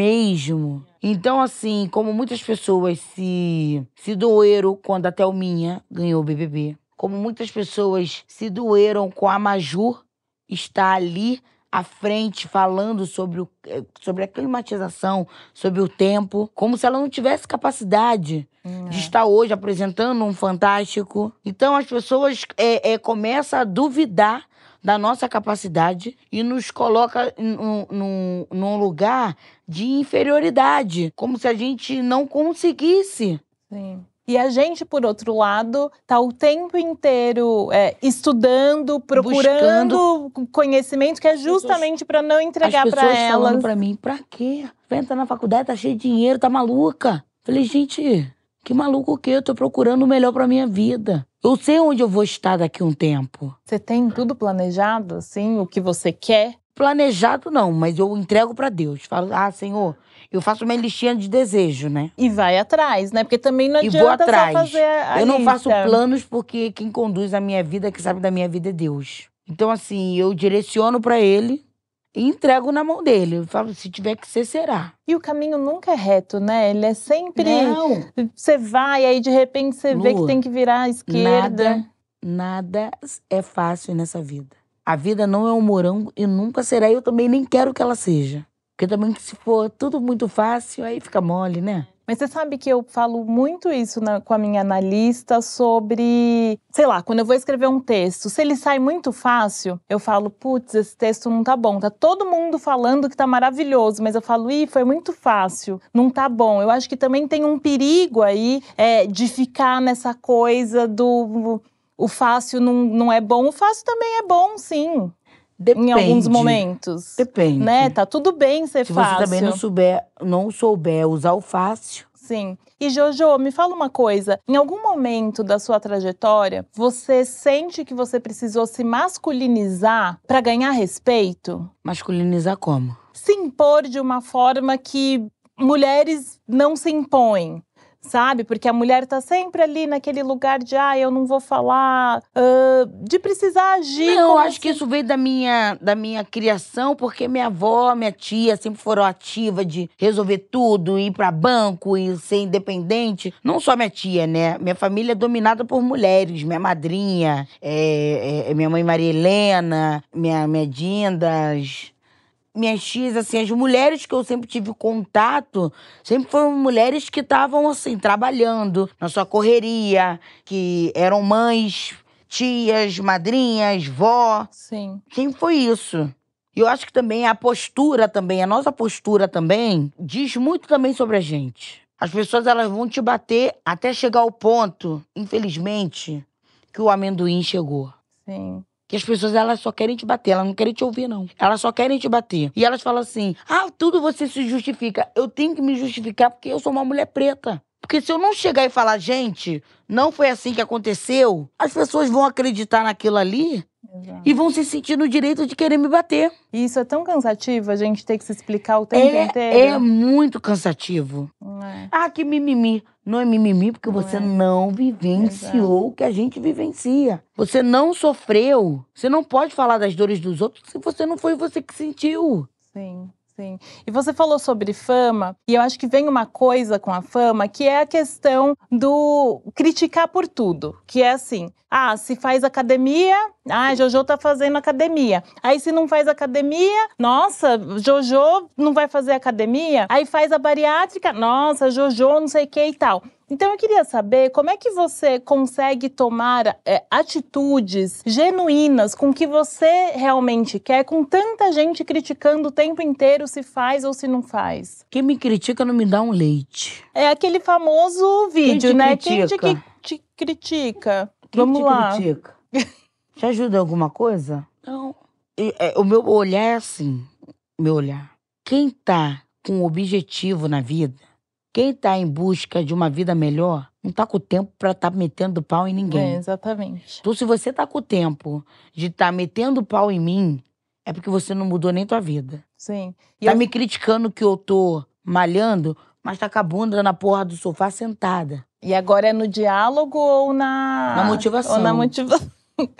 Speaker 3: mesmo. Então, assim, como muitas pessoas se, se doeram quando a Thelminha ganhou o B B B, como muitas pessoas se doeram com a Maju estar ali à frente, falando sobre, o, sobre a climatização, sobre o tempo, como se ela não tivesse capacidade
Speaker 1: Hum,
Speaker 3: de
Speaker 1: é.
Speaker 3: estar hoje apresentando um Fantástico. Então, as pessoas é, é, começam a duvidar da nossa capacidade e nos coloca num, num, num lugar de inferioridade, como se a gente não conseguisse.
Speaker 1: Sim. E a gente, por outro lado, tá o tempo inteiro é, estudando, procurando conhecimento, que é justamente para não entregar para
Speaker 3: As pessoas falando
Speaker 1: elas.
Speaker 3: pra mim, pra quê? Vai entrar na faculdade, tá cheio de dinheiro, tá maluca? Falei, gente, que maluco o quê? Eu tô procurando o melhor pra minha vida. Eu sei onde eu vou estar daqui a um tempo.
Speaker 1: Você tem tudo planejado, assim, o que você quer?
Speaker 3: Planejado não, mas eu entrego pra Deus. Falo, ah, Senhor, eu faço uma listinha de desejo, né?
Speaker 1: E vai atrás, né? Porque também não
Speaker 3: E vou
Speaker 1: adianta
Speaker 3: atrás.
Speaker 1: só fazer a
Speaker 3: Eu não
Speaker 1: lista.
Speaker 3: faço planos porque quem conduz a minha vida, quem sabe da minha vida é Deus. Então, assim, eu direciono pra Ele e entrego na mão dele. Eu falo, se tiver que ser, será.
Speaker 1: E o caminho nunca é reto, né? Ele é sempre...
Speaker 3: Não.
Speaker 1: Você vai, aí de repente você vê
Speaker 3: Lu,
Speaker 1: que tem que virar à esquerda.
Speaker 3: Nada, nada é fácil nessa vida. A vida não é um morango e nunca será. Eu também nem quero que ela seja. Porque também se for tudo muito fácil, aí fica mole, né?
Speaker 1: Mas você sabe que eu falo muito isso na, com a minha analista sobre, sei lá, quando eu vou escrever um texto, se ele sai muito fácil, eu falo, putz, esse texto não tá bom. Tá todo mundo falando que tá maravilhoso, mas eu falo, ih, foi muito fácil, não tá bom. Eu acho que também tem um perigo aí é, de ficar nessa coisa do... O fácil não, não é bom, o fácil também é bom, sim.
Speaker 3: Depende.
Speaker 1: Em alguns momentos.
Speaker 3: Depende.
Speaker 1: Né? Tá tudo bem ser
Speaker 3: Se
Speaker 1: fácil.
Speaker 3: você também não souber, não souber usar o fácil.
Speaker 1: Sim. E Jojo, me fala uma coisa. Em algum momento da sua trajetória, você sente que você precisou se masculinizar para ganhar respeito?
Speaker 3: Masculinizar como?
Speaker 1: Se impor de uma forma que mulheres não se impõem. Sabe? Porque a mulher tá sempre ali naquele lugar de, ah, eu não vou falar, uh, de precisar agir.
Speaker 3: Não, eu acho
Speaker 1: se...
Speaker 3: que isso veio da minha, da minha criação, porque minha avó, minha tia sempre foram ativas de resolver tudo, ir pra banco e ser independente. Não só minha tia, né? Minha família é dominada por mulheres. Minha madrinha, é, é, minha mãe Maria Helena, minha, minha Dindas... Minhas tias, assim, as mulheres que eu sempre tive contato, sempre foram mulheres que estavam, assim, trabalhando na sua correria, que eram mães, tias, madrinhas, vó.
Speaker 1: Sim.
Speaker 3: Sempre foi isso. E eu acho que também a postura também, a nossa postura também, diz muito também sobre a gente. As pessoas, elas vão te bater até chegar ao ponto, infelizmente, que o amendoim chegou.
Speaker 1: Sim.
Speaker 3: Que as pessoas, elas só querem te bater, elas não querem te ouvir, não. Elas só querem te bater. E elas falam assim, ah, tudo você se justifica. Eu tenho que me justificar porque eu sou uma mulher preta. Porque se eu não chegar e falar, gente, não foi assim que aconteceu, as pessoas vão acreditar naquilo ali.
Speaker 1: Exato.
Speaker 3: E vão se sentir no direito de querer me bater.
Speaker 1: E isso é tão cansativo, a gente ter que se explicar o tempo
Speaker 3: é,
Speaker 1: inteiro.
Speaker 3: É muito cansativo.
Speaker 1: É.
Speaker 3: Ah, que mimimi. Não é mimimi porque
Speaker 1: Não
Speaker 3: você
Speaker 1: é.
Speaker 3: não vivenciou o que a gente vivencia. Você não sofreu. Você não pode falar das dores dos outros se você não foi você que sentiu.
Speaker 1: Sim. Sim. E você falou sobre fama, e eu acho que vem uma coisa com a fama, que é a questão do criticar por tudo. Que é assim, ah, se faz academia, ah, Jojo tá fazendo academia. Aí se não faz academia, nossa, Jojo não vai fazer academia. Aí faz a bariátrica, nossa, Jojo não sei o que e tal. Então eu queria saber como é que você consegue tomar é, atitudes genuínas com o que você realmente quer, com tanta gente criticando o tempo inteiro se faz ou se não faz.
Speaker 3: Quem me critica não me dá um leite.
Speaker 1: É aquele famoso vídeo,
Speaker 3: Quem te
Speaker 1: né?
Speaker 3: critica?
Speaker 1: Quem te, te critica?
Speaker 3: Quem
Speaker 1: Vamos
Speaker 3: te
Speaker 1: lá.
Speaker 3: critica? Te ajuda em alguma coisa? Não. E, é, o meu olhar é assim, meu olhar. Quem tá com um objetivo na vida, quem tá em busca de uma vida melhor, não tá com tempo pra tá metendo pau em ninguém.
Speaker 1: É, exatamente.
Speaker 3: Então, se você tá com o tempo de tá metendo pau em mim, é porque você não mudou nem tua vida.
Speaker 1: Sim. E
Speaker 3: Tá
Speaker 1: eu...
Speaker 3: me criticando que eu tô malhando, mas tá com a bunda na porra do sofá sentada.
Speaker 1: E agora é no diálogo ou na...
Speaker 3: Na motivação.
Speaker 1: Ou na motivação.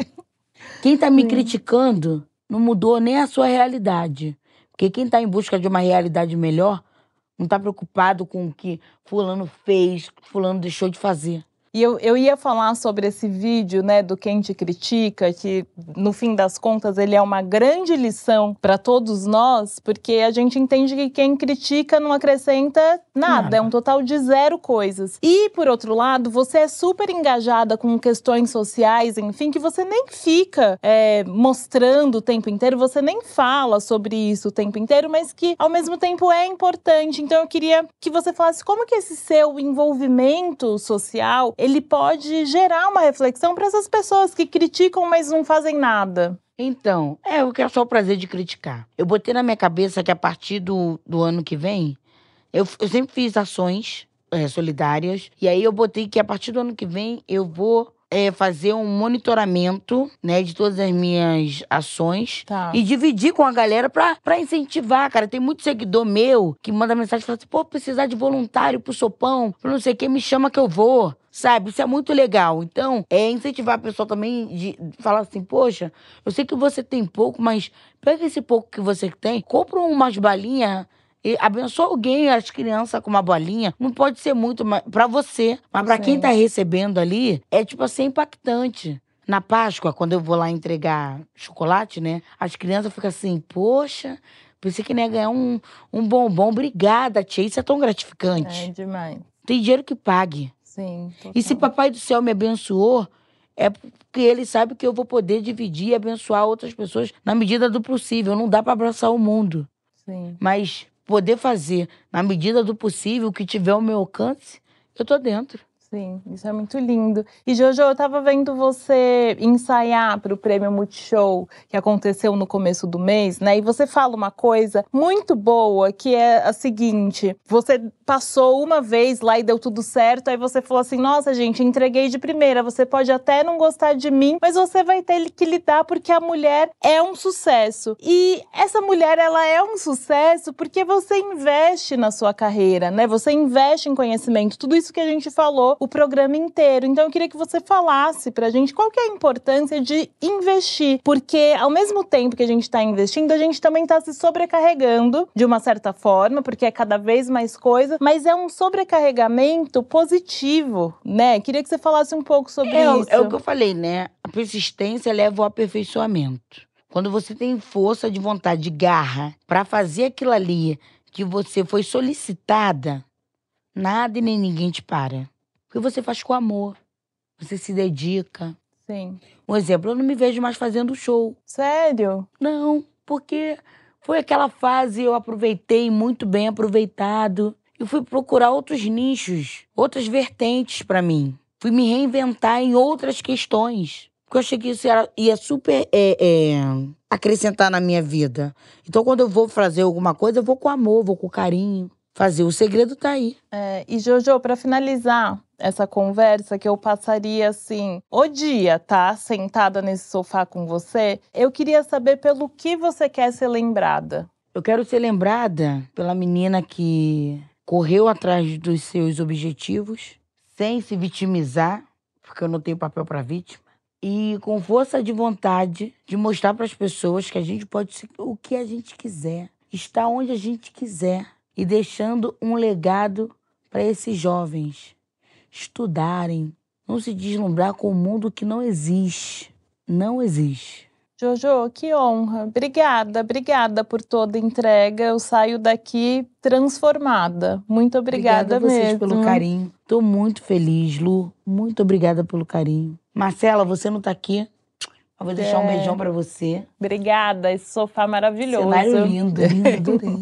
Speaker 3: Quem tá me criticando não mudou nem a sua realidade. Porque quem tá em busca de uma realidade melhor não tá preocupado com o que fulano fez, fulano deixou de fazer.
Speaker 1: E eu, eu ia falar sobre esse vídeo, né, do Quem Te Critica, que no fim das contas ele é uma grande lição para todos nós, porque a gente entende que quem critica não acrescenta nada,
Speaker 3: Nada.
Speaker 1: é um total de zero coisas. E, por outro lado, você é super engajada com questões sociais, enfim, que você nem fica é, mostrando o tempo inteiro, você nem fala sobre isso o tempo inteiro, mas que, ao mesmo tempo, é importante. Então, eu queria que você falasse como que esse seu envolvimento social ele pode gerar uma reflexão para essas pessoas que criticam, mas não fazem nada.
Speaker 3: Então, é, eu quero só o prazer de criticar. Eu botei na minha cabeça que a partir do, do ano que vem, eu, eu sempre fiz ações é, solidárias, e aí eu botei que a partir do ano que vem eu vou é, fazer um monitoramento, né, de todas as minhas ações
Speaker 1: Tá.
Speaker 3: e dividir com a galera pra, pra incentivar, cara. Tem muito seguidor meu que manda mensagem e fala assim, pô, precisar de voluntário pro sopão, pra não sei o que, me chama que eu vou. Sabe? Isso é muito legal. Então, é incentivar a pessoa também de falar assim, poxa, eu sei que você tem pouco, mas pega esse pouco que você tem, compra umas balinhas e abençoa alguém, as crianças com uma bolinha. Não pode ser muito pra você, mas pra quem tá recebendo ali, é tipo assim, impactante. Na Páscoa, quando eu vou lá entregar chocolate, né? As crianças ficam assim, poxa, pensei que não ia ganhar um, um bombom. Obrigada, tia. Isso é tão gratificante.
Speaker 1: É demais.
Speaker 3: Tem dinheiro que pague.
Speaker 1: Sim, total.
Speaker 3: E se Papai do Céu me abençoou, é porque ele sabe que eu vou poder dividir e abençoar outras pessoas na medida do possível. Não dá pra abraçar o mundo.
Speaker 1: Sim.
Speaker 3: Mas poder fazer na medida do possível o que tiver ao meu alcance, eu tô dentro.
Speaker 1: Sim, isso é muito lindo. E, Jojo, eu tava vendo você ensaiar para o Prêmio Multishow, que aconteceu no começo do mês, né? E você fala uma coisa muito boa, que é a seguinte: você passou uma vez lá e deu tudo certo, aí você falou assim, nossa, gente, entreguei de primeira, você pode até não gostar de mim, mas você vai ter que lidar porque a mulher é um sucesso. E essa mulher, ela é um sucesso porque você investe na sua carreira, né? Você investe em conhecimento, tudo isso que a gente falou o programa inteiro. Então eu queria que você falasse pra gente qual que é a importância de investir, porque ao mesmo tempo que a gente tá investindo, a gente também tá se sobrecarregando de uma certa forma, porque é cada vez mais coisa, mas é um sobrecarregamento positivo, né? Queria que você falasse um pouco sobre
Speaker 3: é,
Speaker 1: isso.
Speaker 3: É o que eu falei, né? A persistência leva ao aperfeiçoamento. Quando você tem força de vontade, de garra, pra fazer aquilo ali que você foi solicitada, nada e nem ninguém te para. Porque você faz com amor, você se dedica.
Speaker 1: Sim.
Speaker 3: Um exemplo, eu não me vejo mais fazendo show.
Speaker 1: Sério?
Speaker 3: Não, porque foi aquela fase, eu aproveitei muito bem aproveitado. E fui procurar outros nichos, outras vertentes pra mim. Fui me reinventar em outras questões. Porque eu achei que isso era, ia super é, é, acrescentar na minha vida. Então, quando eu vou fazer alguma coisa, eu vou com amor, vou com carinho. Fazer, o segredo tá aí.
Speaker 1: É, e Jojo, pra finalizar essa conversa, que eu passaria assim, o dia, tá? Sentada nesse sofá com você, eu queria saber pelo que você quer ser lembrada.
Speaker 3: Eu quero ser lembrada pela menina que correu atrás dos seus objetivos, sem se vitimizar, porque eu não tenho papel pra vítima, e com força de vontade de mostrar pras pessoas que a gente pode ser o que a gente quiser, estar onde a gente quiser. E deixando um legado para esses jovens estudarem, não se deslumbrar com um mundo que não existe. Não existe.
Speaker 1: Jojo, que honra. Obrigada, obrigada por toda a entrega. Eu saio daqui transformada. Muito obrigada,
Speaker 3: obrigada a vocês
Speaker 1: mesmo.
Speaker 3: pelo carinho. Tô muito feliz, Lu. Muito obrigada pelo carinho. Marcela, você não tá aqui. Eu vou deixar é. um beijão para você.
Speaker 1: Obrigada, esse sofá maravilhoso.
Speaker 3: Cenário lindo, lindo, adorei.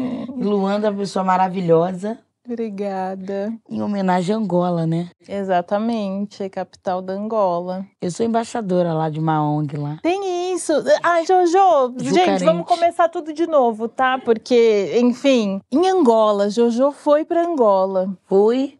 Speaker 3: Luanda é uma pessoa maravilhosa.
Speaker 1: Obrigada.
Speaker 3: Em homenagem a Angola, né?
Speaker 1: Exatamente, capital da Angola.
Speaker 3: Eu sou embaixadora lá de uma O N G lá.
Speaker 1: Tem isso. Ai, Jojo,
Speaker 3: Ju
Speaker 1: gente,
Speaker 3: Carente.
Speaker 1: Vamos começar tudo de novo, tá? Porque, enfim, em Angola, Jojo foi pra Angola.
Speaker 3: Fui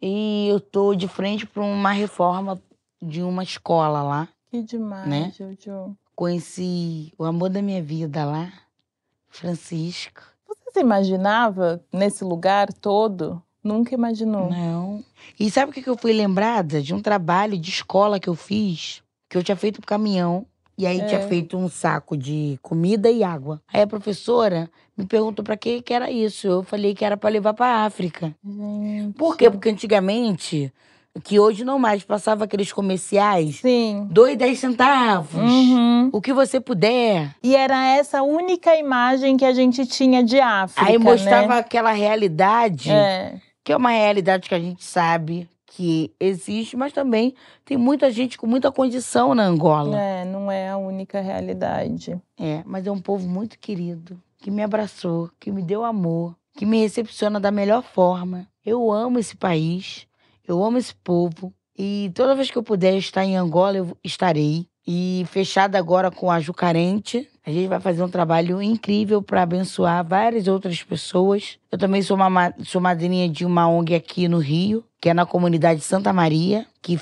Speaker 3: e eu tô de frente pra uma reforma de uma escola lá.
Speaker 1: Que demais,
Speaker 3: né?
Speaker 1: Jojo.
Speaker 3: Conheci o amor da minha vida lá, Francisco.
Speaker 1: Você se imaginava nesse lugar todo? Nunca imaginou?
Speaker 3: Não. E sabe o que eu fui lembrada? De um trabalho de escola que eu fiz, que eu tinha feito pro caminhão. E aí
Speaker 1: É.
Speaker 3: tinha feito um saco de comida e água. Aí a professora me perguntou pra que que era isso. Eu falei que era pra levar pra África.
Speaker 1: Gente.
Speaker 3: Por quê? Porque antigamente, que hoje não mais, passava aqueles comerciais.
Speaker 1: Sim.
Speaker 3: Dois e dez centavos.
Speaker 1: Uhum.
Speaker 3: O que você puder.
Speaker 1: E era essa única imagem que a gente tinha de África,
Speaker 3: Aí mostrava
Speaker 1: né?
Speaker 3: aquela realidade,
Speaker 1: É.
Speaker 3: que é uma realidade que a gente sabe que existe, mas também tem muita gente com muita condição na Angola.
Speaker 1: É, não é a única realidade.
Speaker 3: É, mas é um povo muito querido, que me abraçou, que me deu amor, que me recepciona da melhor forma. Eu amo esse país, eu amo esse povo. E toda vez que eu puder estar em Angola, eu estarei. E fechada agora com a Jucarente, a gente vai fazer um trabalho incrível para abençoar várias outras pessoas. Eu também sou, uma, sou madrinha de uma O N G aqui no Rio, que é na comunidade Santa Maria, que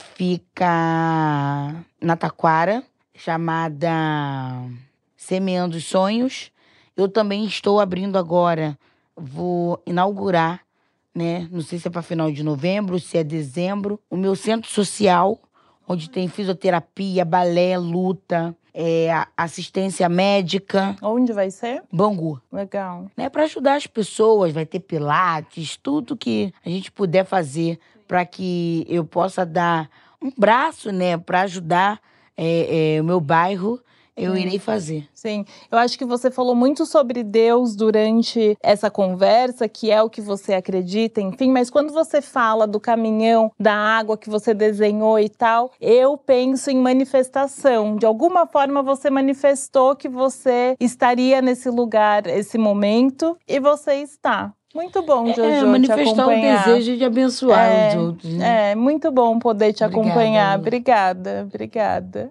Speaker 3: fica na Taquara, chamada Semeando os Sonhos. Eu também estou abrindo agora, vou inaugurar, né? Não sei se é para final de novembro, se é dezembro, o meu centro social, onde tem fisioterapia, balé, luta, é, assistência médica.
Speaker 1: Onde vai ser?
Speaker 3: Bangu.
Speaker 1: Legal.
Speaker 3: Né, para ajudar as pessoas, vai ter pilates, tudo que a gente puder fazer para que eu possa dar um braço, né, para ajudar é, é, o meu bairro. Eu irei fazer.
Speaker 1: Sim, eu acho que você falou muito sobre Deus durante essa conversa, que é o que você acredita, enfim, mas quando você fala do caminhão, da água que você desenhou e tal, eu penso em manifestação. De alguma forma você manifestou que você estaria nesse lugar, esse momento, e você está. Muito bom, Jojo,
Speaker 3: é,
Speaker 1: te
Speaker 3: manifestar
Speaker 1: acompanhar.
Speaker 3: o desejo de abençoar
Speaker 1: é,
Speaker 3: os outros. Né?
Speaker 1: É, muito bom poder te
Speaker 3: Obrigada,
Speaker 1: acompanhar.
Speaker 3: Ana.
Speaker 1: Obrigada, obrigada.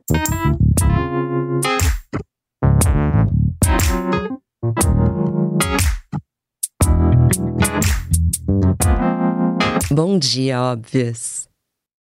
Speaker 2: Bom dia, óbvias.